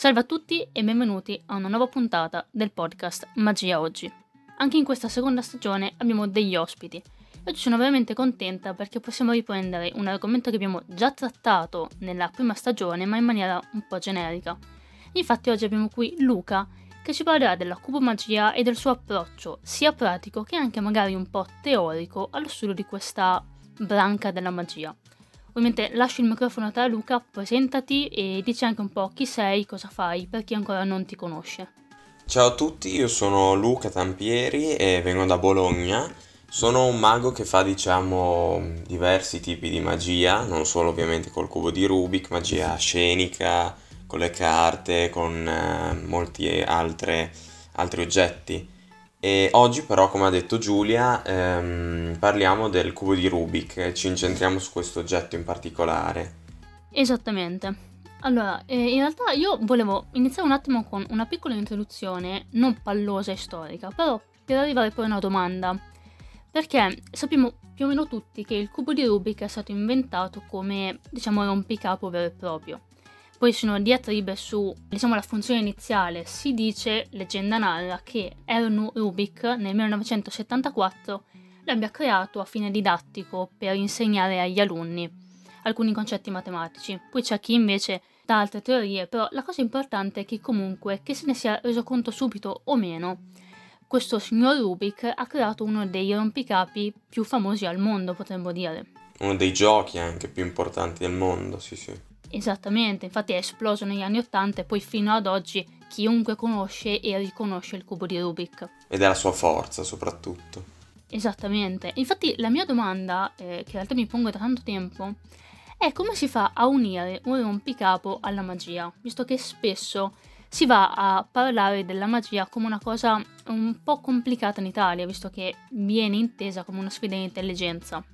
Salve a tutti e benvenuti a una nuova puntata del podcast Magia Oggi. Anche in questa seconda stagione abbiamo degli ospiti. Oggi sono veramente contenta perché possiamo riprendere un argomento che abbiamo già trattato nella prima stagione, ma in maniera un po' generica. Infatti oggi abbiamo qui Luca, che ci parlerà della cubomagia e del suo approccio, sia pratico che anche magari un po' teorico, allo studio di questa branca della magia. Ovviamente lascio il microfono a te Luca, presentati e dici anche un po' chi sei, cosa fai, per chi ancora non ti conosce. Ciao a tutti, io sono Luca Tampieri e vengo da Bologna. Sono un mago che fa, diversi tipi di magia, non solo ovviamente col cubo di Rubik, magia scenica, con le carte, con molti altri oggetti. E oggi però, come ha detto Giulia, parliamo del cubo di Rubik e ci incentriamo su questo oggetto in particolare. Esattamente. Allora, in realtà io volevo iniziare un attimo con una piccola introduzione, non pallosa e storica, però per arrivare poi a una domanda. Perché sappiamo più o meno tutti che il cubo di Rubik è stato inventato come, rompicapo vero e proprio. Poi ci sono diatribe su, la funzione iniziale. Si dice, leggenda narra, che Erno Rubik nel 1974 l'abbia creato a fine didattico per insegnare agli alunni alcuni concetti matematici. Poi c'è chi invece dà altre teorie, però la cosa importante è che comunque, che se ne sia reso conto subito o meno, questo signor Rubik ha creato uno dei rompicapi più famosi al mondo, potremmo dire. Uno dei giochi anche più importanti del mondo, sì. Esattamente, infatti è esploso negli anni *80 e poi fino ad oggi chiunque conosce e riconosce il cubo di Rubik. Ed è la sua forza soprattutto. Esattamente, infatti la mia domanda, che in realtà mi pongo da tanto tempo, è come si fa a unire un rompicapo alla magia, visto che spesso si va a parlare della magia come una cosa un po' complicata in Italia, visto che viene intesa come una sfida di intelligenza.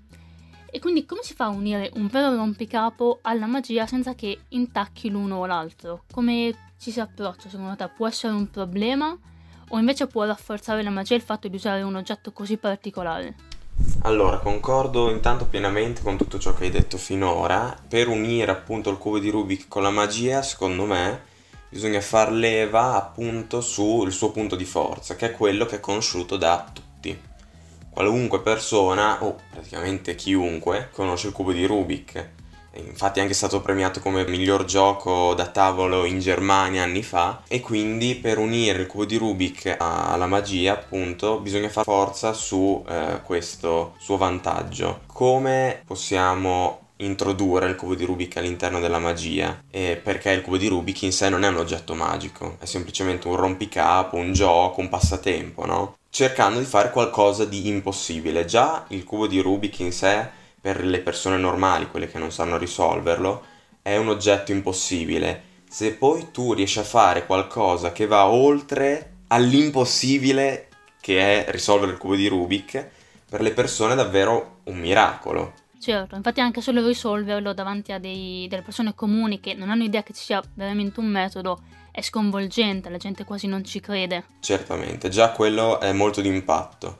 E quindi come si fa a unire un vero rompicapo alla magia senza che intacchi l'uno o l'altro? Come ci si approccia secondo te? Può essere un problema? O invece può rafforzare la magia il fatto di usare un oggetto così particolare? Allora, concordo intanto pienamente con tutto ciò che hai detto finora. Per unire appunto il cubo di Rubik con la magia, secondo me, bisogna far leva appunto sul suo punto di forza, che è quello che è conosciuto da tutti. Qualunque persona, o praticamente chiunque, conosce il cubo di Rubik. E infatti è anche stato premiato come miglior gioco da tavolo in Germania anni fa, e quindi per unire il cubo di Rubik alla magia, appunto, bisogna fare forza su questo suo vantaggio. Come possiamo introdurre il cubo di Rubik all'interno della magia? Perché il cubo di Rubik in sé non è un oggetto magico, è semplicemente un rompicapo, un gioco, un passatempo, no? Cercando di fare qualcosa di impossibile. Già il cubo di Rubik in sé, per le persone normali, quelle che non sanno risolverlo, è un oggetto impossibile. Se poi tu riesci a fare qualcosa che va oltre all'impossibile, che è risolvere il cubo di Rubik, per le persone è davvero un miracolo. Certo, infatti anche solo risolverlo davanti a delle persone comuni che non hanno idea che ci sia veramente un metodo è sconvolgente, la gente quasi non ci crede. Certamente, già quello è molto d'impatto.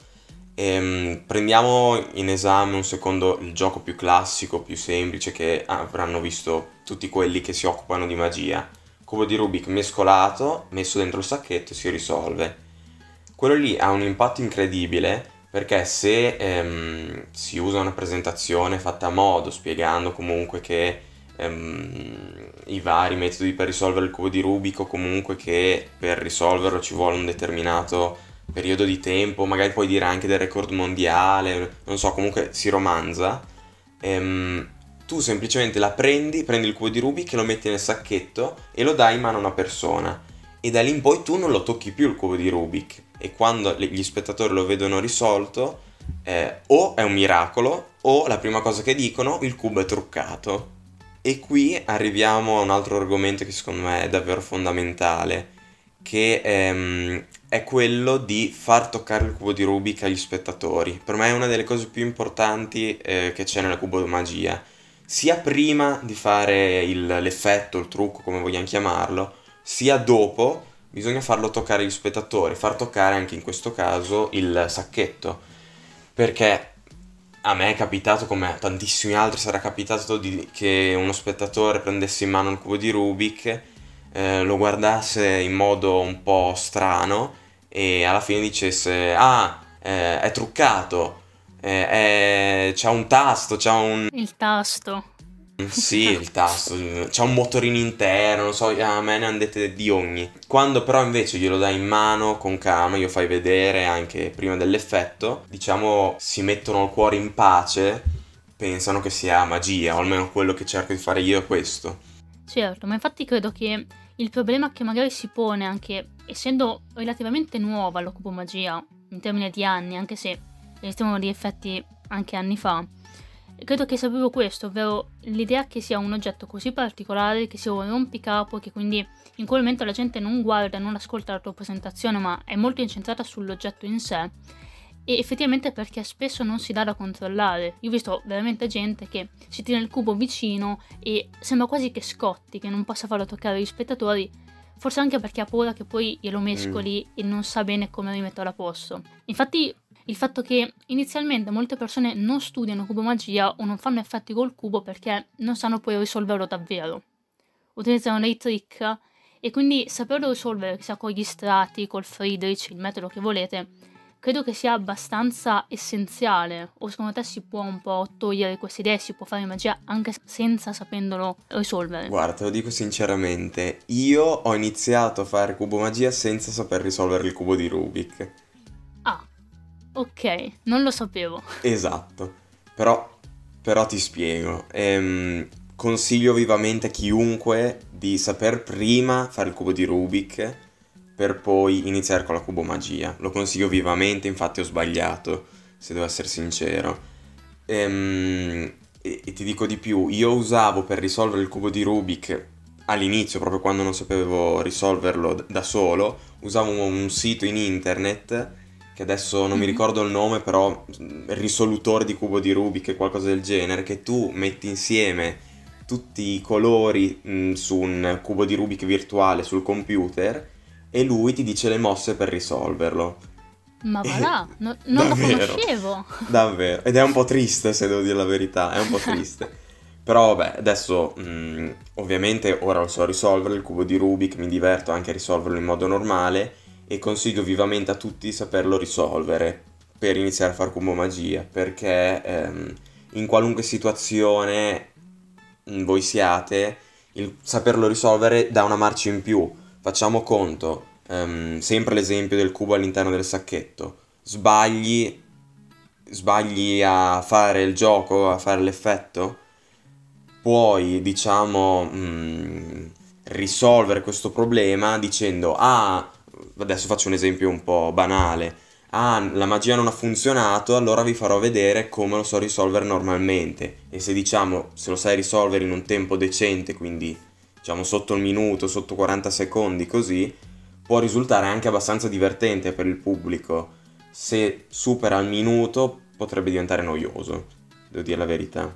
Prendiamo in esame un secondo il gioco più classico, più semplice, che avranno visto tutti quelli che si occupano di magia. Cubo di Rubik mescolato, messo dentro il sacchetto e si risolve. Quello lì ha un impatto incredibile perché se si usa una presentazione fatta a modo, spiegando comunque che i vari metodi per risolvere il cubo di Rubik, o comunque che per risolverlo ci vuole un determinato periodo di tempo, magari puoi dire anche del record mondiale, non so, comunque si romanza. Tu semplicemente prendi il cubo di Rubik e lo metti nel sacchetto e lo dai in mano a una persona, e da lì in poi tu non lo tocchi più il cubo di Rubik, e quando gli spettatori lo vedono risolto, o è un miracolo, o la prima cosa che dicono: il cubo è truccato. E qui arriviamo a un altro argomento che secondo me è davvero fondamentale, che è quello di far toccare il cubo di Rubik agli spettatori. Per me è una delle cose più importanti che c'è nella cubomagia. Sia prima di fare l'effetto, il trucco, come vogliamo chiamarlo, sia dopo bisogna farlo toccare agli spettatori, far toccare anche in questo caso il sacchetto. Perché a me è capitato, come a tantissimi altri sarà capitato, che uno spettatore prendesse in mano il cubo di Rubik, lo guardasse in modo un po' strano e alla fine dicesse: ah, è truccato, c'ha un tasto, c'ha un... Il tasto. Sì, il tasto, c'ha un motorino interno, non so, a me ne hanno dette di ogni. Quando però invece glielo dai in mano con calma, glielo fai vedere anche prima dell'effetto, diciamo si mettono il cuore in pace, pensano che sia magia, o almeno quello che cerco di fare io è questo. Certo, ma infatti credo che il problema che magari si pone, anche essendo relativamente nuova l'ocupomagia in termini di anni, anche se esistono degli effetti anche anni fa, credo che sia proprio questo, ovvero l'idea che sia un oggetto così particolare, che sia un rompicapo, che quindi in quel momento la gente non guarda e non ascolta la tua presentazione, ma è molto incentrata sull'oggetto in sé. E effettivamente perché spesso non si dà da controllare. Io ho visto veramente gente che si tiene il cubo vicino e sembra quasi che scotti, che non possa farlo toccare agli spettatori, forse anche perché ha paura che poi glielo mescoli e non sa bene come rimetterlo a posto. Infatti il fatto che inizialmente molte persone non studiano cubomagia o non fanno effetti col cubo perché non sanno poi risolverlo davvero. Utilizzano dei trick e quindi saperlo risolvere, che sia con gli strati, col Friedrich, il metodo che volete, credo che sia abbastanza essenziale. O secondo te si può un po' togliere queste idee, si può fare magia anche senza sapendolo risolvere? Guarda, te lo dico sinceramente, io ho iniziato a fare cubomagia senza saper risolvere il cubo di Rubik. Ah, ok, non lo sapevo. Esatto, però ti spiego. Consiglio vivamente a chiunque di saper prima fare il cubo di Rubik per poi iniziare con la cubomagia. Lo consiglio vivamente, infatti ho sbagliato, se devo essere sincero. E ti dico di più, io usavo per risolvere il cubo di Rubik all'inizio, proprio quando non sapevo risolverlo da solo, usavo un sito in internet che adesso non mi ricordo il nome, però risolutore di cubo di Rubik, qualcosa del genere, che tu metti insieme tutti i colori su un cubo di Rubik virtuale sul computer e lui ti dice le mosse per risolverlo. Ma va là, non lo Davvero, conoscevo. davvero. Ed è un po' triste, se devo dire la verità, è un po' triste. Però vabbè, adesso ovviamente ora lo so risolvere il cubo di Rubik, mi diverto anche a risolverlo in modo normale e consiglio vivamente a tutti di saperlo risolvere per iniziare a fare cubomagia, perché in qualunque situazione voi siate, il saperlo risolvere dà una marcia in più. Facciamo conto, sempre l'esempio del cubo all'interno del sacchetto. Sbagli a fare il gioco, a fare l'effetto, puoi, diciamo, risolvere questo problema dicendo: ah, adesso faccio un esempio un po' banale. Ah, la magia non ha funzionato, allora vi farò vedere come lo so risolvere normalmente. E se diciamo, se lo sai risolvere in un tempo decente, quindi diciamo sotto il minuto, sotto 40 secondi, così, può risultare anche abbastanza divertente per il pubblico. Se supera il minuto potrebbe diventare noioso, devo dire la verità.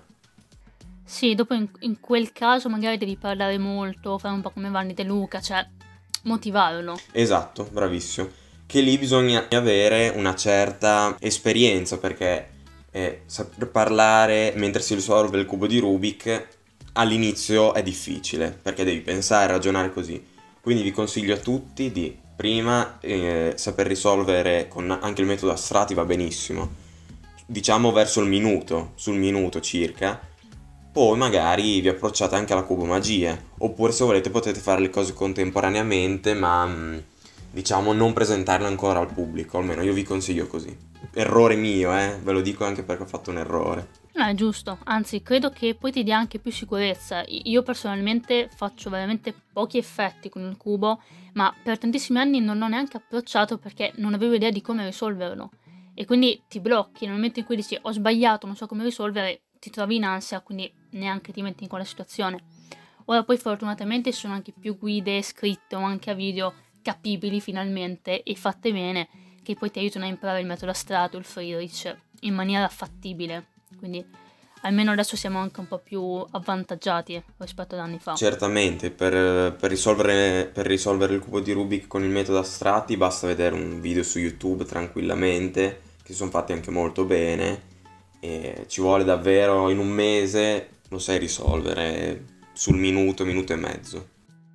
Sì, dopo in quel caso magari devi parlare molto, fare un po' come Vanni De Luca, cioè motivarlo. Esatto, bravissimo. Che lì bisogna avere una certa esperienza perché saper parlare mentre si risolve il cubo di Rubik all'inizio è difficile perché devi pensare, ragionare così. Quindi vi consiglio a tutti di prima saper risolvere con anche il metodo a strati va benissimo, diciamo verso il minuto, sul minuto circa. Poi magari vi approcciate anche alla cubomagia, oppure se volete potete fare le cose contemporaneamente, ma diciamo non presentarle ancora al pubblico, almeno io vi consiglio così. Errore mio, ve lo dico anche perché ho fatto un errore. No, è giusto, anzi credo che poi ti dia anche più sicurezza. Io personalmente faccio veramente pochi effetti con il cubo, ma per tantissimi anni non l'ho neanche approcciato perché non avevo idea di come risolverlo. E quindi ti blocchi, nel momento in cui dici ho sbagliato, non so come risolvere, ti trovi in ansia, quindi neanche ti metti in quella situazione. Ora poi fortunatamente ci sono anche più guide scritte o anche a video capibili finalmente e fatte bene, che poi ti aiutano a imparare il metodo astrato, il Friedrich, in maniera fattibile. Quindi almeno adesso siamo anche un po' più avvantaggiati rispetto ad anni fa. Certamente, per risolvere il cubo di Rubik con il metodo a strati basta vedere un video su YouTube tranquillamente, che sono fatti anche molto bene, e ci vuole davvero in un mese lo sai risolvere sul minuto, minuto e mezzo.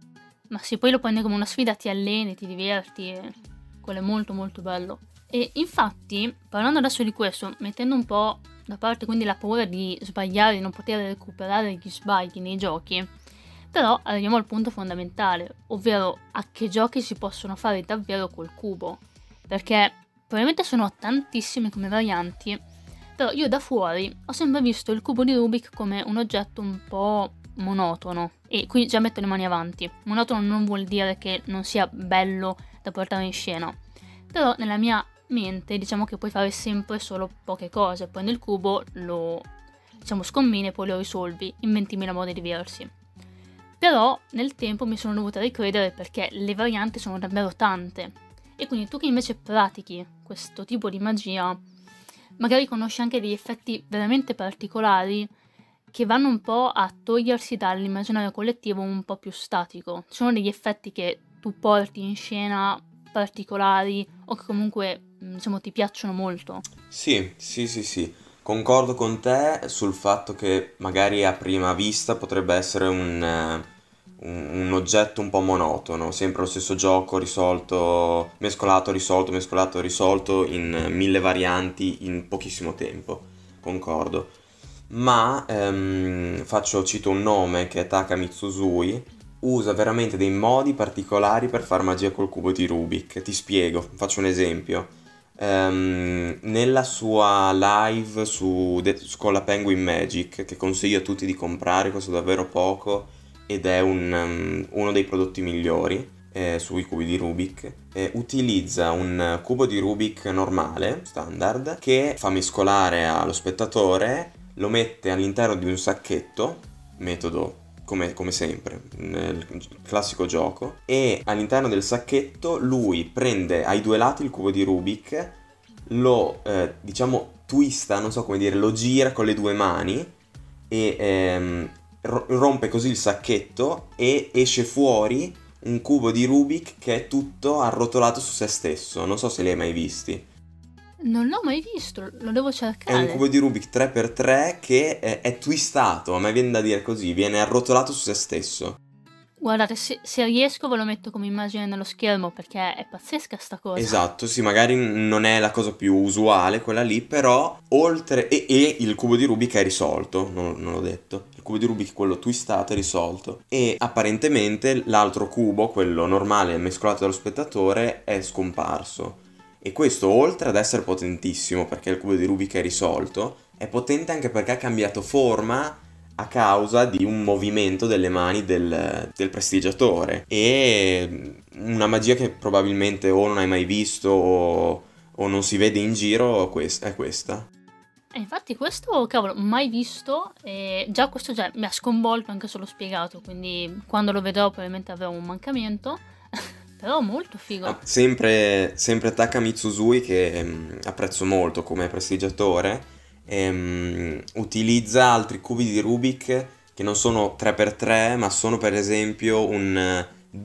Ma sì, poi lo prendi come una sfida, ti alleni, ti diverti, quello è molto molto bello. E infatti, parlando adesso di questo, mettendo un po' da parte quindi la paura di sbagliare, di non poter recuperare gli sbagli nei giochi, però arriviamo al punto fondamentale, ovvero a che giochi si possono fare davvero col cubo. Perché probabilmente sono tantissime come varianti, però io da fuori ho sempre visto il cubo di Rubik come un oggetto un po' monotono. E qui già metto le mani avanti. Monotono non vuol dire che non sia bello da portare in scena. Però nella mia mente diciamo che puoi fare sempre solo poche cose. Prendi il cubo, lo scombini e poi lo risolvi in 20.000 modi diversi. Però nel tempo mi sono dovuta ricredere perché le varianti sono davvero tante. E quindi tu che invece pratichi questo tipo di magia, magari conosci anche degli effetti veramente particolari che vanno un po' a togliersi dall'immaginario collettivo un po' più statico. Ci sono degli effetti che tu porti in scena particolari o che comunque ti piacciono molto. Sì, sì, sì, sì. Concordo con te sul fatto che magari a prima vista potrebbe essere un oggetto un po' monotono, sempre lo stesso gioco risolto, mescolato, risolto in 1000 varianti in pochissimo tempo. Concordo. Ma cito un nome che è Taka Mitsuzui, usa veramente dei modi particolari per far magia col cubo di Rubik. Ti spiego, faccio un esempio. Nella sua live con la Penguin Magic, che consiglio a tutti di comprare, costa davvero poco ed è uno dei prodotti migliori sui cubi di Rubik, utilizza un cubo di Rubik normale, standard, che fa mescolare allo spettatore, lo mette all'interno di un sacchetto, metodo come sempre nel classico gioco, e all'interno del sacchetto lui prende ai due lati il cubo di Rubik, lo twista, non so come dire, lo gira con le due mani e rompe così il sacchetto e esce fuori un cubo di Rubik che è tutto arrotolato su se stesso. Non so se li hai mai visti. Non l'ho mai visto, lo devo È un cercare. cubo di Rubik 3x3 che è twistato, a me viene da dire così, viene arrotolato su se stesso. Guardate, se riesco ve lo metto come immagine nello schermo perché è pazzesca sta cosa. Esatto, sì, magari non è la cosa più usuale quella lì, però oltre... E il cubo di Rubik è risolto, non l'ho detto. Il cubo di Rubik, quello twistato, è risolto. E apparentemente l'altro cubo, quello normale mescolato dallo spettatore, è scomparso. E questo, oltre ad essere potentissimo perché il cubo di Rubik è risolto, è potente anche perché ha cambiato forma a causa di un movimento delle mani del prestigiatore. E una magia che probabilmente o non hai mai visto o non si vede in giro è questa. E infatti questo, cavolo, mai visto, e già questo già mi ha sconvolto anche solo spiegato, quindi quando lo vedrò probabilmente avrò un mancamento, però molto figo. Sempre Taka Mitsuzui, che apprezzo molto come prestigiatore, utilizza altri cubi di Rubik che non sono 3x3, ma sono per esempio un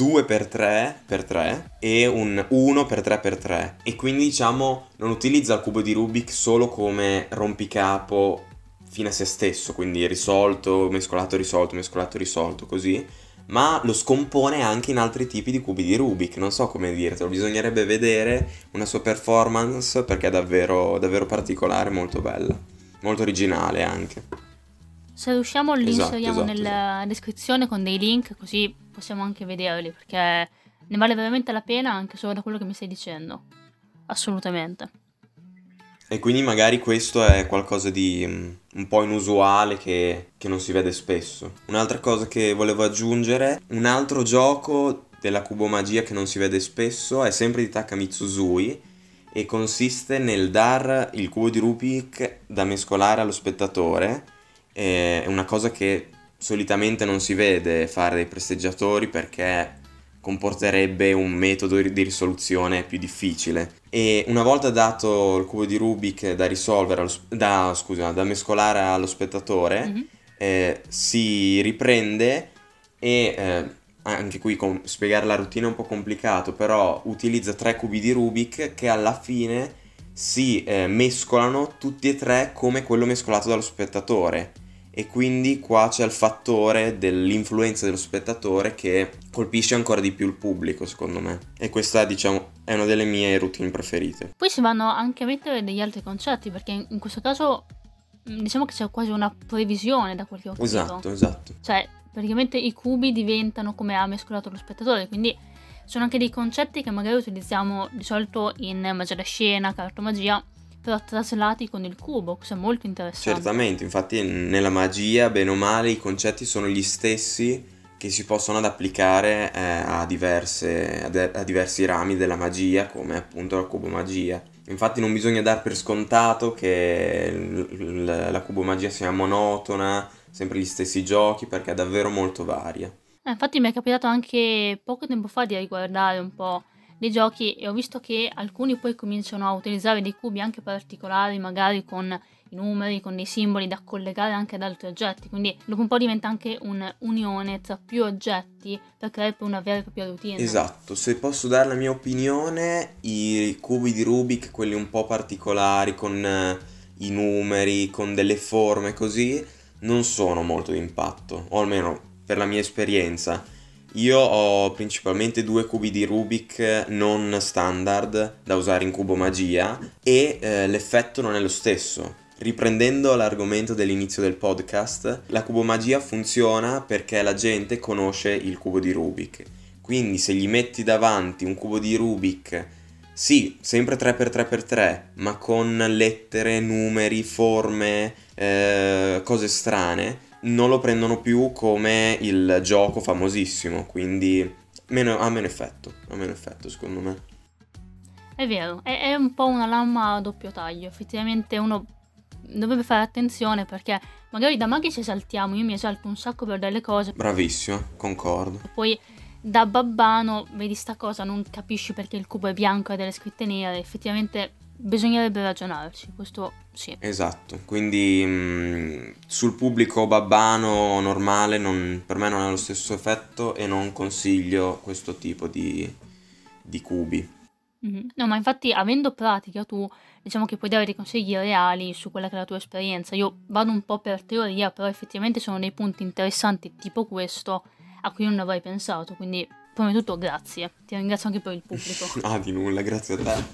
2x3x3 e un 1x3x3. E quindi diciamo non utilizza il cubo di Rubik solo come rompicapo fine a se stesso, quindi risolto, mescolato, risolto, così, ma lo scompone anche in altri tipi di cubi di Rubik. Non so come dirtelo, bisognerebbe vedere una sua performance perché è davvero, davvero particolare, molto bella, molto originale anche. Se riusciamo li inseriamo esatto. nella descrizione con dei link così possiamo anche vederli perché ne vale veramente la pena anche solo da quello che mi stai dicendo. Assolutamente. E quindi magari questo è qualcosa di un po' inusuale che non si vede spesso. Un'altra cosa che volevo aggiungere, un altro gioco della cubomagia che non si vede spesso è sempre di Taka Mitsuzui e consiste nel dar il cubo di Rubik da mescolare allo spettatore. È una cosa che solitamente non si vede fare dai presteggiatori perché comporterebbe un metodo di risoluzione più difficile. E una volta dato il cubo di Rubik da risolvere, da mescolare allo spettatore, si riprende e anche qui spiegare la routine è un po' complicato, però utilizza 3 cubi di Rubik che alla fine si mescolano tutti e tre come quello mescolato dallo spettatore. e quindi qua c'è il fattore dell'influenza dello spettatore che colpisce ancora di più il pubblico, secondo me. E questa, diciamo, è una delle mie routine preferite. Poi si vanno anche a mettere degli altri concetti, perché in questo caso diciamo che c'è quasi una previsione da quel che ho capito. Esatto. Cioè, praticamente i cubi diventano come ha mescolato lo spettatore, quindi sono anche dei concetti che magari utilizziamo di solito in magia da scena, cartomagia, però traslati con il cubo, questo è molto interessante. Certamente, infatti nella magia, bene o male, i concetti sono gli stessi che si possono ad applicare a diversi rami della magia, come appunto la cubomagia. Infatti non bisogna dar per scontato che la cubomagia sia monotona, sempre gli stessi giochi, perché è davvero molto varia. Infatti mi è capitato anche poco tempo fa di riguardare un po' dei giochi e ho visto che alcuni poi cominciano a utilizzare dei cubi anche particolari, magari con i numeri, con dei simboli da collegare anche ad altri oggetti, quindi dopo un po' diventa anche un'unione tra più oggetti per creare poi una vera e propria routine. Esatto, se posso dare la mia opinione, i cubi di Rubik, quelli un po' particolari, con i numeri, con delle forme così, non sono molto d'impatto, o almeno per la mia esperienza. Io ho principalmente 2 cubi di Rubik non standard da usare in cubomagia e l'effetto non è lo stesso. Riprendendo l'argomento dell'inizio del podcast, la cubomagia funziona perché la gente conosce il cubo di Rubik. Quindi se gli metti davanti un cubo di Rubik, sì, sempre 3x3x3, ma con lettere, numeri, forme, cose strane, non lo prendono più come il gioco famosissimo, quindi ha meno effetto secondo me. È vero, è un po' una lama a doppio taglio, effettivamente uno dovrebbe fare attenzione perché magari da maghi ci esaltiamo, io mi esalto un sacco per delle cose. Bravissima, concordo. Poi da babbano vedi sta cosa, non capisci perché il cubo è bianco e ha delle scritte nere, effettivamente bisognerebbe ragionarci, questo sì. Esatto, quindi sul pubblico babbano normale per me non ha lo stesso effetto e non consiglio questo tipo di cubi. No, ma infatti avendo pratica tu, diciamo che puoi dare dei consigli reali su quella che è la tua esperienza. Io vado un po' per teoria, però effettivamente sono dei punti interessanti tipo questo a cui non avrei pensato, quindi prima di tutto grazie, ti ringrazio anche per il pubblico. Ah, di nulla, grazie a te.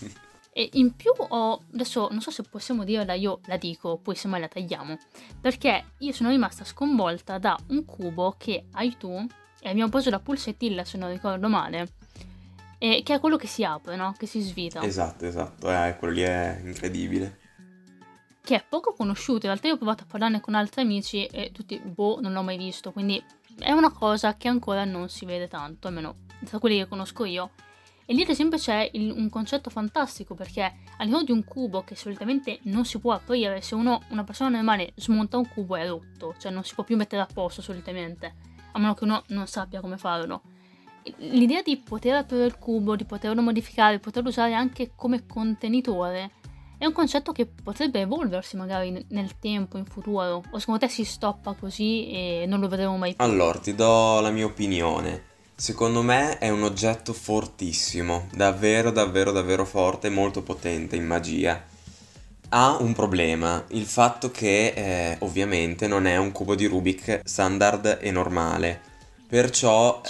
E in più adesso non so se possiamo dirla, io la dico, poi semmai la tagliamo, perché io sono rimasta sconvolta da un cubo che hai tu, e abbiamo preso da Pulsettilla se non ricordo male, che è quello che si apre, no? Che si svita. Esatto, quello lì è incredibile. Che è poco conosciuto, in realtà io ho provato a parlarne con altri amici e tutti, non l'ho mai visto, quindi è una cosa che ancora non si vede tanto, almeno tra quelli che conosco io. E lì ad esempio c'è un concetto fantastico, perché all'interno di un cubo che solitamente non si può aprire, se una persona normale smonta un cubo è rotto, cioè non si può più mettere a posto solitamente, a meno che uno non sappia come farlo. L'idea di poter aprire il cubo, di poterlo modificare, di poterlo usare anche come contenitore è un concetto che potrebbe evolversi magari nel tempo, in futuro, o secondo te si stoppa così e non lo vedremo mai più? Allora, ti do la mia opinione. Secondo me è un oggetto fortissimo, davvero davvero davvero forte e molto potente in magia. Ha un problema, il fatto che ovviamente non è un cubo di Rubik standard e normale, perciò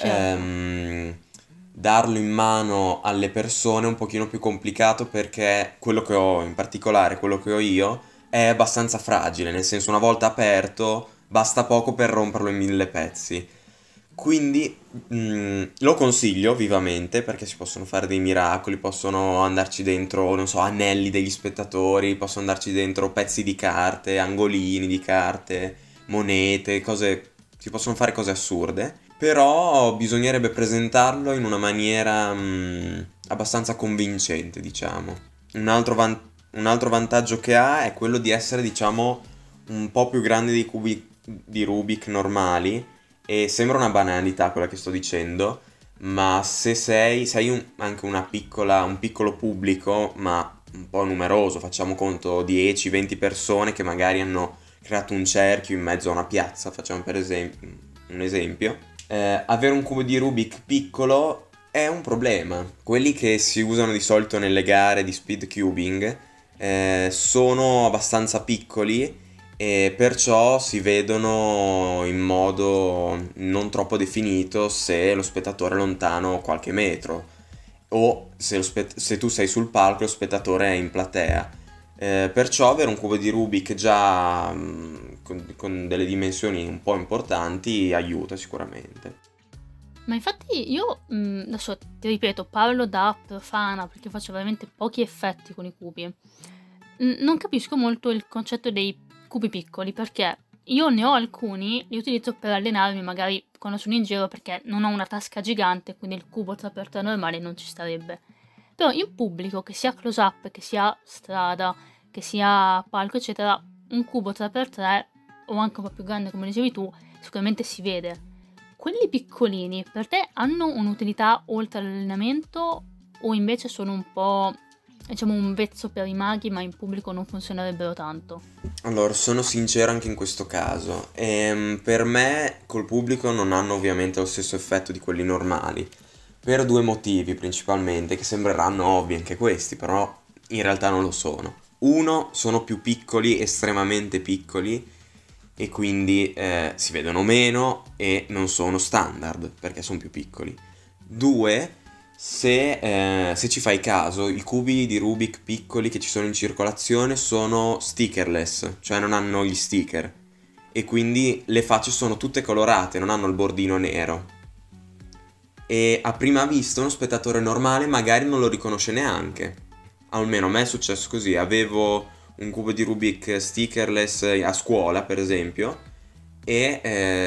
darlo in mano alle persone è un pochino più complicato perché quello che ho, in particolare quello che ho io, è abbastanza fragile, nel senso una volta aperto basta poco per romperlo in 1000 pezzi. Quindi lo consiglio vivamente perché si possono fare dei miracoli, possono andarci dentro, non so, anelli degli spettatori, possono andarci dentro pezzi di carte, angolini di carte, monete, cose, si possono fare cose assurde, però bisognerebbe presentarlo in una maniera abbastanza convincente, diciamo. Un altro vantaggio che ha è quello di essere, diciamo, un po' più grande dei cubi di Rubik normali. E sembra una banalità quella che sto dicendo, ma se sei anche un piccolo pubblico, ma un po' numeroso, facciamo conto 10-20 persone che magari hanno creato un cerchio in mezzo a una piazza, facciamo per esempio un esempio, avere un cubo di Rubik piccolo è un problema. Quelli che si usano di solito nelle gare di speed cubing sono abbastanza piccoli e perciò si vedono in modo non troppo definito se lo spettatore è lontano qualche metro o se tu sei sul palco e lo spettatore è in platea. Perciò avere un cubo di Rubik già con delle dimensioni un po' importanti aiuta sicuramente. Ma infatti io, adesso ti ripeto, parlo da profana perché faccio veramente pochi effetti con i cubi. Non capisco molto il concetto dei cubi piccoli perché io ne ho alcuni, li utilizzo per allenarmi magari quando sono in giro perché non ho una tasca gigante, quindi il cubo 3x3 normale non ci starebbe. Però in pubblico, che sia close up, che sia strada, che sia palco, eccetera, un cubo 3x3 o anche un po' più grande come dicevi tu, sicuramente si vede. Quelli piccolini per te hanno un'utilità oltre all'allenamento o invece sono un po', diciamo, un vezzo per i maghi ma in pubblico non funzionerebbero tanto? Allora, sono sincero anche in questo caso. Per me col pubblico non hanno ovviamente lo stesso effetto di quelli normali, per due motivi principalmente, che sembreranno ovvi anche questi, però in realtà non lo sono. Uno, sono più piccoli, estremamente piccoli, e quindi si vedono meno e non sono standard perché sono più piccoli. Due, se ci fai caso, i cubi di Rubik piccoli che ci sono in circolazione sono stickerless, cioè non hanno gli sticker e quindi le facce sono tutte colorate, non hanno il bordino nero. E a prima vista uno spettatore normale magari non lo riconosce neanche. Almeno a me è successo così, avevo un cubo di Rubik stickerless a scuola, per esempio, e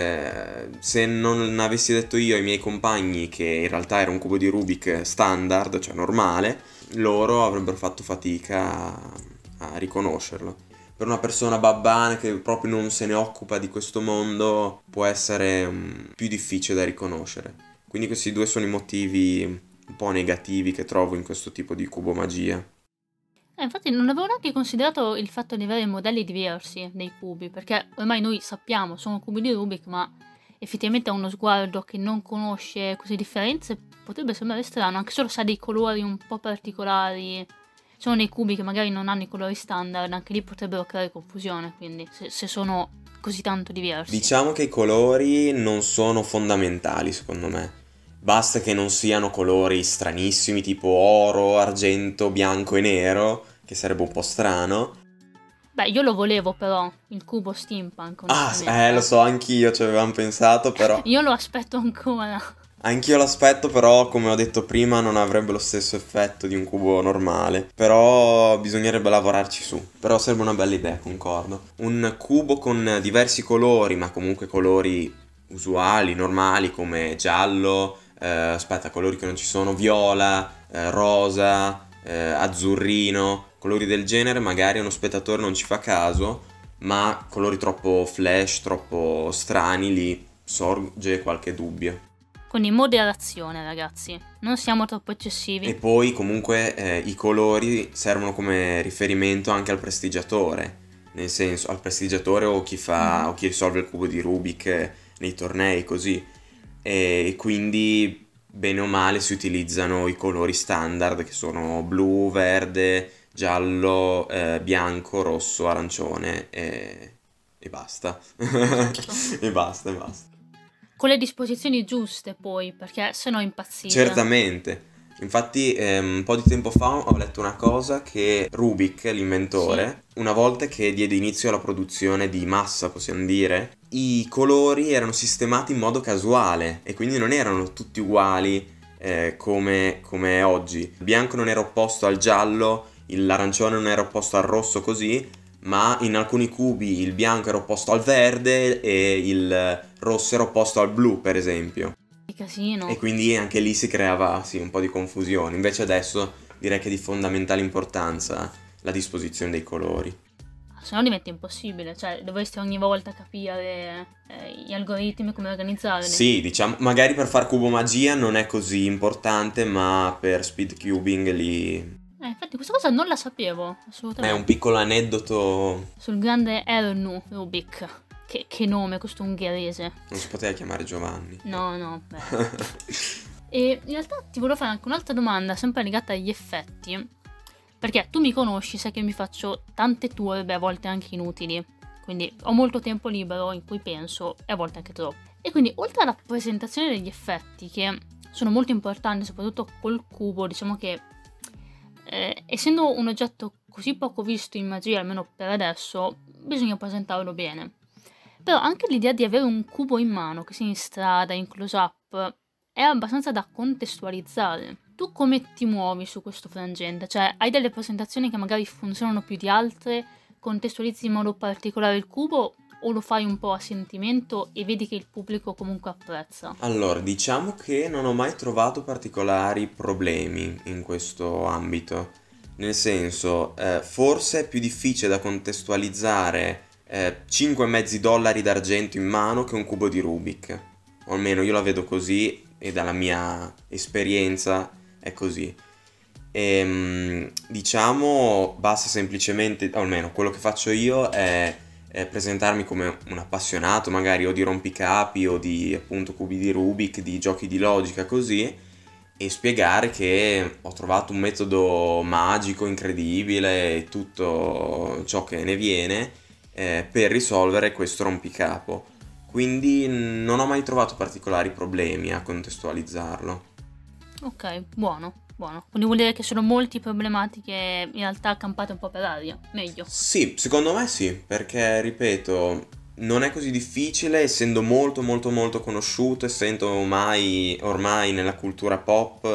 se non avessi detto io ai miei compagni che in realtà era un cubo di Rubik standard, cioè normale, loro avrebbero fatto fatica a riconoscerlo. Per una persona babbana che proprio non se ne occupa di questo mondo può essere più difficile da riconoscere. Quindi questi due sono i motivi un po' negativi che trovo in questo tipo di cubo magia. Infatti non avevo neanche considerato il fatto di avere modelli diversi dei cubi, perché ormai noi sappiamo, sono cubi di Rubik, ma effettivamente a uno sguardo che non conosce queste differenze potrebbe sembrare strano, anche solo se ha dei colori un po' particolari. Sono dei cubi che magari non hanno i colori standard, anche lì potrebbero creare confusione, quindi se sono così tanto diversi. Diciamo che i colori non sono fondamentali secondo me. Basta che non siano colori stranissimi tipo oro, argento, bianco e nero, che sarebbe un po' strano. Beh, io lo volevo però, il cubo steampunk, Ah, onestamente. lo so, anch'io ci avevamo pensato, però Io lo aspetto ancora. anch'io l'aspetto, però come ho detto prima non avrebbe lo stesso effetto di un cubo normale. Però bisognerebbe lavorarci su. Però sarebbe una bella idea, concordo. Un cubo con diversi colori, ma comunque colori usuali, normali, come giallo, colori che non ci sono, viola, rosa, azzurrino, colori del genere, magari uno spettatore non ci fa caso, ma colori troppo flash, troppo strani, lì sorge qualche dubbio. Quindi moderazione, ragazzi. Non siamo troppo eccessivi. E poi comunque i colori servono come riferimento anche al prestigiatore, nel senso al prestigiatore o chi fa o chi risolve il cubo di Rubik nei tornei così. E quindi bene o male si utilizzano i colori standard che sono blu, verde, giallo, bianco, rosso, arancione e basta. E basta, e basta. Con le disposizioni giuste poi, perché se no impazzite. Certamente. Infatti un po' di tempo fa ho letto una cosa che Rubik, l'inventore, una volta che diede inizio alla produzione di massa, possiamo dire, i colori erano sistemati in modo casuale e quindi non erano tutti uguali come oggi. Il bianco non era opposto al giallo, l'arancione non era opposto al rosso così, ma in alcuni cubi il bianco era opposto al verde e il rosso era opposto al blu, per esempio. Che casino. E quindi anche lì si creava sì, un po' di confusione. Invece adesso direi che è di fondamentale importanza la disposizione dei colori. Se no diventa impossibile, cioè dovresti ogni volta capire gli algoritmi, come organizzarli. Sì, diciamo, magari per far cubo magia non è così importante, ma per speed cubing lì Infatti questa cosa non la sapevo, è assolutamente. un piccolo aneddoto. Sul grande Ernu Rubik. Che nome, questo ungherese. Non si poteva chiamare Giovanni. No, beh. E in realtà ti volevo fare anche un'altra domanda, sempre legata agli effetti. Perché tu mi conosci, sai che mi faccio tante turbe, a volte anche inutili. quindi ho molto tempo libero in cui penso e a volte anche troppo. E quindi oltre alla presentazione degli effetti, che sono molto importanti soprattutto col cubo, diciamo che essendo un oggetto così poco visto in magia, almeno per adesso, bisogna presentarlo bene. Però anche l'idea di avere un cubo in mano, che sia in strada, in close-up, è abbastanza da contestualizzare. Tu come ti muovi su questo frangente? Cioè, hai delle presentazioni che magari funzionano più di altre, contestualizzi in modo particolare il cubo, o lo fai un po' a sentimento e vedi che il pubblico comunque apprezza? Allora, diciamo che non ho mai trovato particolari problemi in questo ambito. Nel senso, forse è più difficile da contestualizzare 5 $5 d'argento in mano che un cubo di Rubik. O almeno io la vedo così e dalla mia esperienza è così. Diciamo, basta semplicemente, o almeno quello che faccio io è presentarmi come un appassionato magari o di rompicapi o di appunto cubi di Rubik, di giochi di logica così, e spiegare che ho trovato un metodo magico, incredibile e tutto ciò che ne viene per risolvere questo rompicapo. Quindi non ho mai trovato particolari problemi a contestualizzarlo. Ok, buono. Quindi vuol dire che sono molti problematiche in realtà accampate un po' per aria, meglio. Sì, secondo me sì, perché ripeto, non è così difficile, essendo molto molto molto conosciuto, essendo ormai nella cultura pop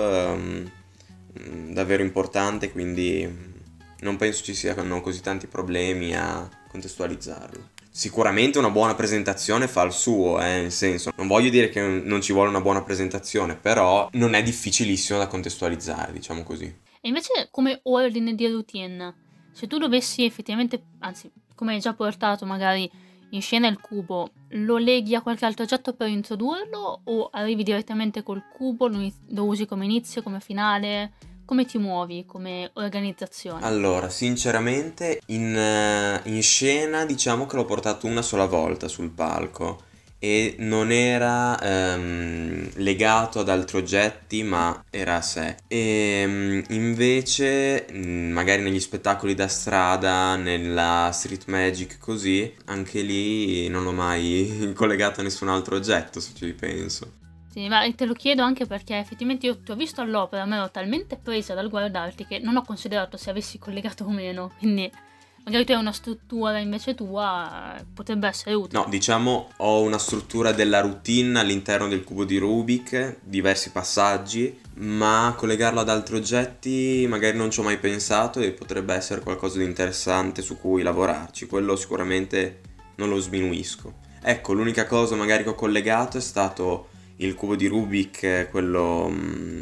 davvero importante, quindi non penso ci siano così tanti problemi a contestualizzarlo. Sicuramente una buona presentazione fa il suo, nel senso, non voglio dire che non ci vuole una buona presentazione, però non è difficilissimo da contestualizzare, diciamo così. E invece come ordine di routine, se tu dovessi effettivamente, anzi, come hai già portato magari in scena il cubo, lo leghi a qualche altro oggetto per introdurlo o arrivi direttamente col cubo, lo usi come inizio, come finale? Come ti muovi come organizzazione? Allora, sinceramente, in scena diciamo che l'ho portato una sola volta sul palco e non era legato ad altri oggetti, ma era a sé. E invece, magari negli spettacoli da strada, nella street magic così, anche lì non l'ho mai collegato a nessun altro oggetto, se ci penso. Sì, ma te lo chiedo anche perché effettivamente io ti ho visto all'opera, ma ero talmente presa dal guardarti che non ho considerato se avessi collegato o meno, quindi magari tu hai una struttura invece tua, potrebbe essere utile. No, diciamo ho una struttura della routine all'interno del cubo di Rubik, diversi passaggi, ma collegarlo ad altri oggetti magari non ci ho mai pensato e potrebbe essere qualcosa di interessante su cui lavorarci, quello sicuramente non lo sminuisco. Ecco, l'unica cosa magari che ho collegato è stato il cubo di Rubik, quello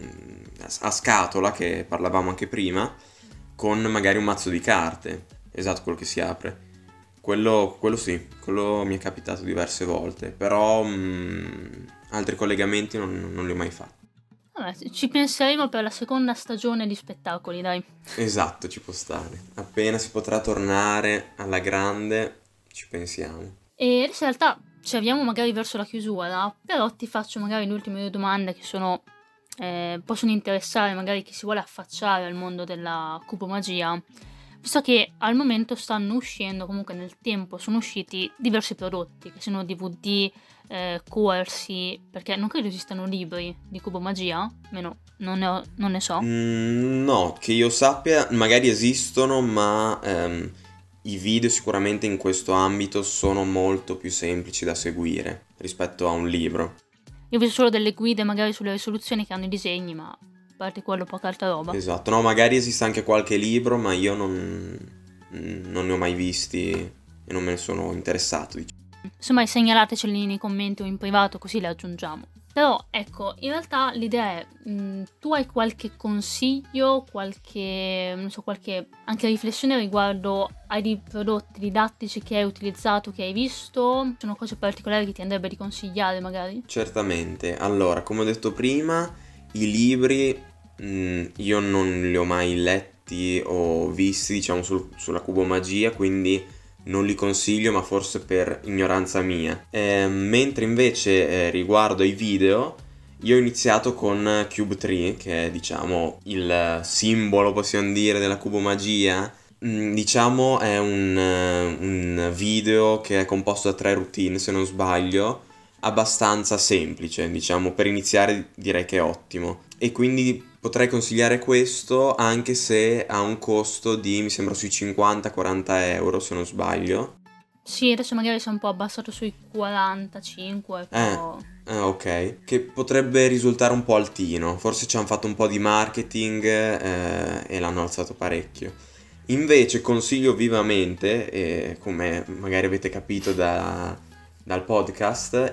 a scatola che parlavamo anche prima, con magari un mazzo di carte, esatto, quello che si apre. Quello sì, quello mi è capitato diverse volte, però altri collegamenti non li ho mai fatti. Vabbè, ci penseremo per la seconda stagione di spettacoli, dai. Esatto, ci può stare. Appena si potrà tornare alla grande, ci pensiamo. E adesso in realtà ci avviamo magari verso la chiusura, però ti faccio magari le ultime due domande che possono interessare magari chi si vuole affacciare al mondo della cubomagia, visto che al momento stanno uscendo, comunque nel tempo sono usciti diversi prodotti, che siano DVD, corsi, perché non credo esistano libri di cubomagia, almeno non ne so. No, che io sappia, magari esistono, ma i video sicuramente in questo ambito sono molto più semplici da seguire rispetto a un libro. Io ho visto solo delle guide magari sulle risoluzioni che hanno i disegni, ma a parte quello poca altra roba. Esatto, no, magari esiste anche qualche libro, ma io non ne ho mai visti e non me ne sono interessato, diciamo. Insomma, segnalateceli nei commenti o in privato così le aggiungiamo. Però ecco, in realtà l'idea è, tu hai qualche consiglio, qualche anche riflessione riguardo ai dei prodotti didattici che hai utilizzato, che hai visto? Sono cose particolari che ti andrebbe di consigliare magari? Certamente, allora, come ho detto prima, i libri io non li ho mai letti o visti, diciamo, sulla cubomagia, quindi non li consiglio, ma forse per ignoranza mia. Mentre invece riguardo ai video, io ho iniziato con Cube 3, che è diciamo il simbolo, possiamo dire, della cubomagia, Diciamo è un video che è composto da 3 routine, se non sbaglio, abbastanza semplice, diciamo, per iniziare direi che è ottimo. E quindi potrei consigliare questo anche se ha un costo di, mi sembra, sui 50-40 euro, se non sbaglio. Sì, adesso magari si è un po' abbassato sui 45, Eh, però ok. Che potrebbe risultare un po' altino. Forse ci hanno fatto un po' di marketing e l'hanno alzato parecchio. Invece consiglio vivamente, come magari avete capito dal podcast,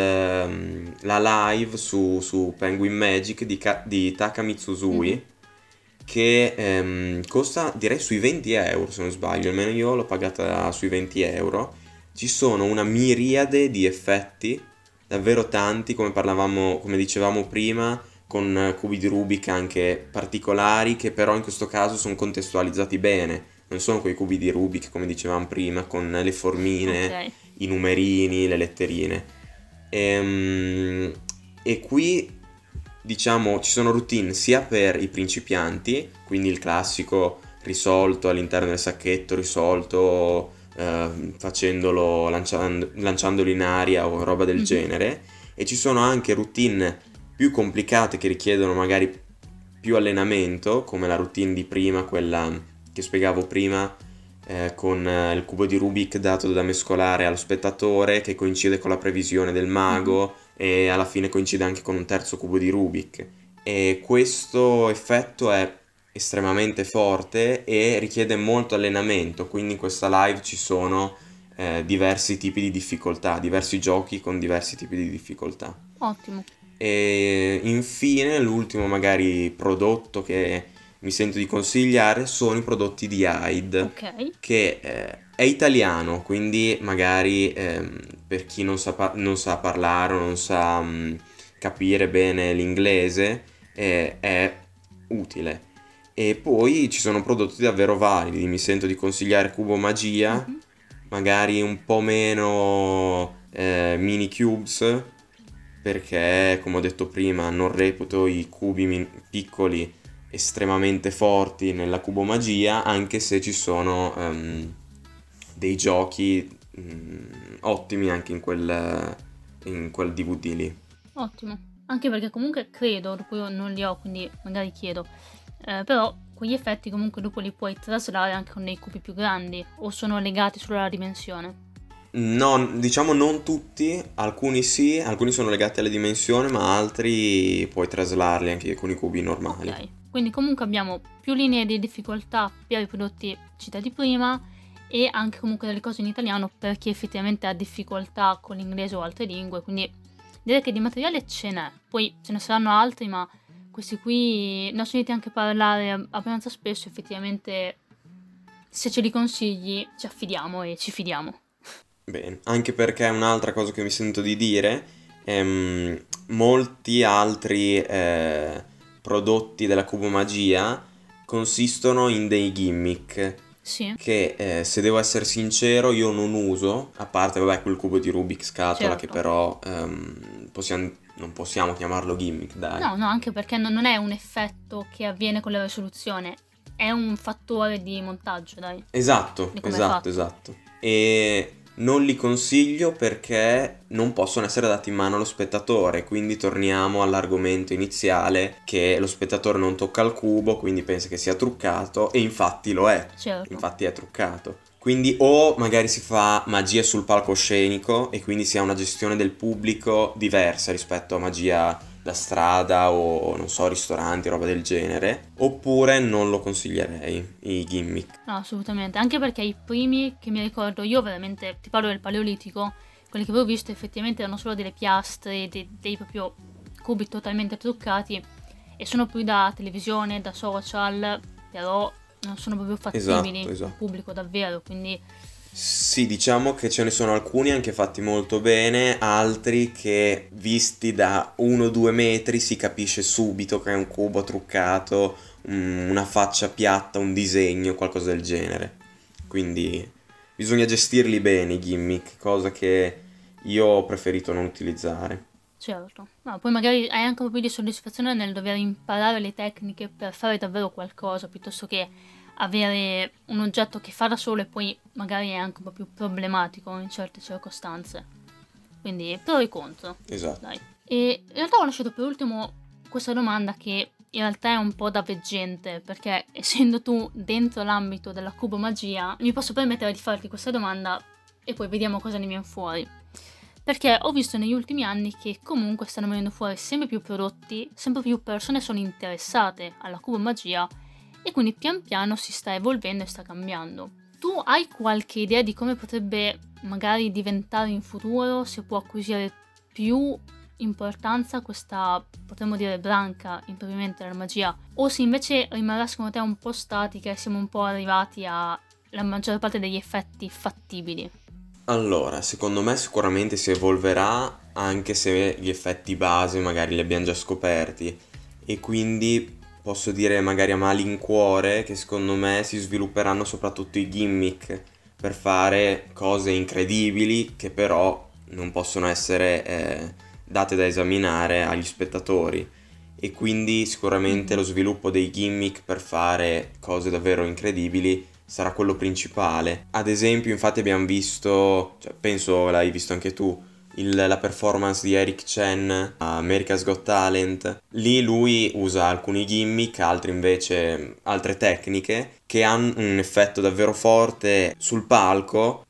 la live su Penguin Magic di Taka mhm. Mitsuzui, che costa direi sui 20 euro se non sbaglio, almeno io l'ho pagata sui 20 euro. Ci sono una miriade di effetti, davvero tanti, come dicevamo prima, con cubi di Rubik anche particolari, che però in questo caso sono contestualizzati bene. Non sono quei cubi di Rubik, come dicevamo prima, con le formine, Ok. i numerini, le letterine. Ehm, E, qui, diciamo, ci sono routine sia per i principianti, quindi il classico risolto all'interno del sacchetto, risolto lanciandolo in aria o roba del Mhm. genere, e ci sono anche routine più complicate che richiedono magari più allenamento, come la routine di prima, quella che spiegavo prima, con il cubo di Rubik dato da mescolare allo spettatore, che coincide con la previsione del Mhm. mago e alla fine coincide anche con un terzo cubo di Rubik. E questo effetto è estremamente forte e richiede molto allenamento, quindi in questa live ci sono diversi tipi di difficoltà, diversi giochi con diversi tipi di difficoltà. Ottimo. E infine l'ultimo magari prodotto che mi sento di consigliare sono i prodotti di Hyde, Ok. che è italiano, quindi magari per chi non sa parlare o non sa capire bene l'inglese è utile. E poi ci sono prodotti davvero validi, mi sento di consigliare Cubo Magia, Mhm. magari un po' meno mini cubes, perché come ho detto prima non reputo i cubi piccoli estremamente forti nella Cubo Magia, anche se ci sono dei giochi ottimi anche in quel DVD lì. Ottimo. Anche perché comunque credo, dopo io non li ho, quindi magari chiedo, però quegli effetti comunque dopo li puoi traslare anche con dei cubi più grandi o sono legati solo alla dimensione. No, diciamo non tutti, alcuni sì, alcuni sono legati alle dimensioni, ma altri puoi traslarli anche con i cubi normali. Ok, quindi comunque abbiamo più linee di difficoltà per i prodotti citati prima e anche comunque delle cose in italiano per chi effettivamente ha difficoltà con l'inglese o altre lingue, quindi direi che di materiale ce n'è. Poi ce ne saranno altri, ma questi qui ne ho sentiti anche parlare abbastanza spesso, effettivamente se ce li consigli ci affidiamo e ci fidiamo. Bene, anche perché un'altra cosa che mi sento di dire, molti altri prodotti della Cubo Magia consistono in dei gimmick Sì, che se devo essere sincero io non uso, a parte vabbè quel cubo di Rubik scatola che certo. però non possiamo chiamarlo gimmick, dai. No, no, anche perché non è un effetto che avviene con la risoluzione, è un fattore di montaggio, dai, Esatto, di come è esatto, fatto. esatto. E non li consiglio perché non possono essere dati in mano allo spettatore, quindi torniamo all'argomento iniziale che lo spettatore non tocca il cubo, quindi pensa che sia truccato e Certo, infatti è truccato. Quindi o magari si fa magia sul palcoscenico e quindi si ha una gestione del pubblico diversa rispetto a magia da strada o non so, ristoranti, roba del genere, oppure non lo consiglierei, i gimmick. no, assolutamente. Anche perché i primi che mi ricordo, io veramente, ti parlo del Paleolitico, quelli che avevo visto effettivamente erano solo delle piastre, dei proprio cubi totalmente truccati e sono più da televisione, da social, però non sono proprio Esatto, fattibili col esatto. pubblico davvero, quindi Sì, diciamo che ce ne sono alcuni anche fatti molto bene, altri che visti da 1-2 metri si capisce subito che è un cubo truccato, una faccia piatta, un disegno, qualcosa del genere. Quindi bisogna gestirli bene i gimmick, cosa che io ho preferito non utilizzare. certo. No, poi magari hai anche un po' più di soddisfazione nel dover imparare le tecniche per fare davvero qualcosa, piuttosto che avere un oggetto che fa da solo e poi magari è anche un po' più problematico in certe circostanze. Quindi pro e contro. Esatto. Dai. E in realtà ho lasciato per ultimo questa domanda che in realtà è un po' da veggente, perché essendo tu dentro l'ambito della cubomagia mi posso permettere di farti questa domanda e poi vediamo cosa ne viene fuori. Perché ho visto negli ultimi anni che comunque stanno venendo fuori sempre più prodotti, sempre più persone sono interessate alla cubomagia e quindi pian piano si sta evolvendo e sta cambiando. Tu hai qualche idea di come potrebbe magari diventare in futuro, se può acquisire più importanza questa, potremmo dire, branca in pavimento della magia, o se invece rimarrà secondo te un po' statica e siamo un po' arrivati alla maggior parte degli effetti fattibili? Allora, secondo me sicuramente si evolverà, anche se gli effetti base magari li abbiamo già scoperti, e quindi posso dire magari a malincuore che secondo me si svilupperanno soprattutto i gimmick per fare cose incredibili che però non possono essere date da esaminare agli spettatori, e quindi sicuramente lo sviluppo dei gimmick per fare cose davvero incredibili sarà quello principale. Ad esempio, infatti abbiamo visto, cioè, penso l'hai visto anche tu, la performance di Eric Chen a America's Got Talent. Lì lui usa alcuni gimmick, altri invece altre tecniche che hanno un effetto davvero forte sul palco,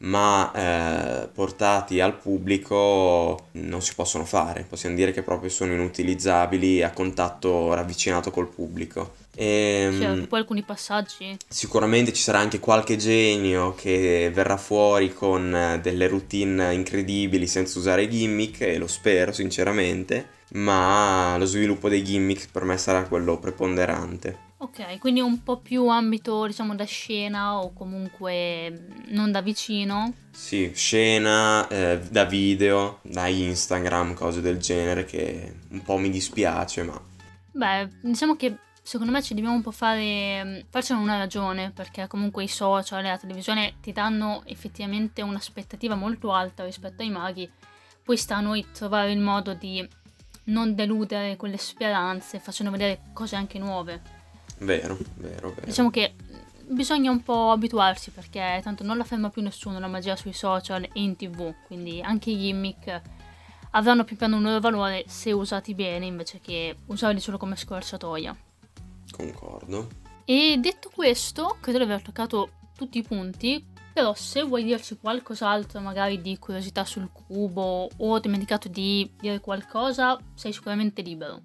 ma portati al pubblico non si possono fare. Possiamo dire che proprio sono inutilizzabili a contatto ravvicinato col pubblico. Certo, poi alcuni passaggi. Sicuramente ci sarà anche qualche genio che verrà fuori con delle routine incredibili senza usare gimmick, e lo spero sinceramente, ma lo sviluppo dei gimmick per me sarà quello preponderante. Ok, quindi un po' più ambito, diciamo, da scena o comunque non da vicino. Sì, scena, da video, da Instagram, cose del genere, che un po' mi dispiace, ma Beh, diciamo che secondo me ci dobbiamo un po' farcene una ragione, perché comunque i social e la televisione ti danno effettivamente un'aspettativa molto alta rispetto ai maghi, poi sta a noi trovare il modo di non deludere quelle speranze facendo vedere cose anche nuove. vero, vero, vero. Diciamo che bisogna un po' abituarsi, perché tanto non la ferma più nessuno la magia sui social e in TV, quindi anche i gimmick avranno più piano un loro valore se usati bene invece che usarli solo come scorciatoia. Concordo. E detto questo, credo di aver toccato tutti i punti, però se vuoi dirci qualcos'altro magari di curiosità sul cubo o ho dimenticato di dire qualcosa, sei sicuramente libero.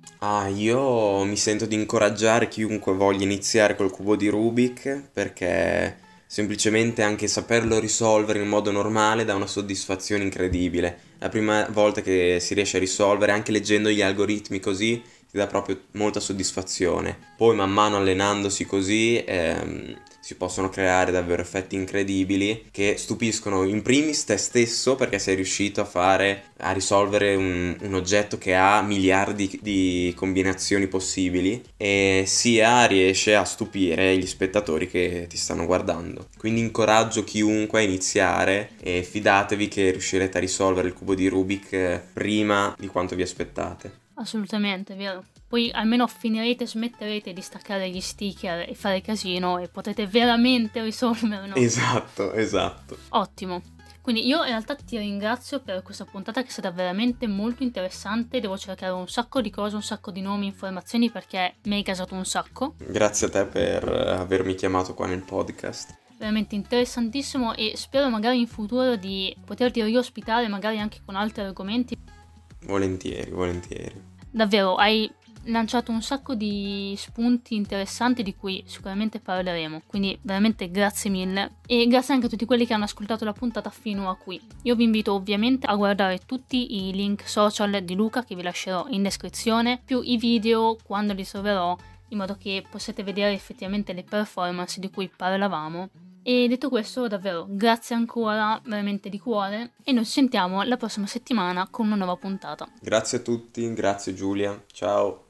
Io mi sento di incoraggiare chiunque voglia iniziare col cubo di Rubik, perché semplicemente anche saperlo risolvere in modo normale dà una soddisfazione incredibile. La prima volta che si riesce a risolvere, anche leggendo gli algoritmi così, ti dà proprio molta soddisfazione. Poi man mano allenandosi così si possono creare davvero effetti incredibili che stupiscono in primis te stesso, perché sei riuscito a risolvere un oggetto che ha miliardi di combinazioni possibili, e sia riesce a stupire gli spettatori che ti stanno guardando. Quindi incoraggio chiunque a iniziare e fidatevi che riuscirete a risolvere il cubo di Rubik prima di quanto vi aspettate. Assolutamente, vero. Poi almeno finirete, smetterete di staccare gli sticker e fare casino e potrete veramente risolverlo. Esatto, esatto. Ottimo. Quindi io in realtà ti ringrazio per questa puntata che è stata veramente molto interessante. Devo cercare un sacco di cose, un sacco di nomi, informazioni perché mi hai gasato un sacco. Grazie a te per avermi chiamato qua nel podcast. Veramente interessantissimo e spero magari in futuro di poterti riospitare magari anche con altri argomenti. Volentieri, volentieri. Davvero, hai lanciato un sacco di spunti interessanti di cui sicuramente parleremo, quindi veramente grazie mille e grazie anche a tutti quelli che hanno ascoltato la puntata fino a qui. Io vi invito ovviamente a guardare tutti i link social di Luca che vi lascerò in descrizione, più i video quando li troverò, in modo che possiate vedere effettivamente le performance di cui parlavamo. E detto questo, davvero grazie ancora, veramente di cuore, e noi ci sentiamo la prossima settimana con una nuova puntata. Grazie a tutti, grazie Giulia, ciao.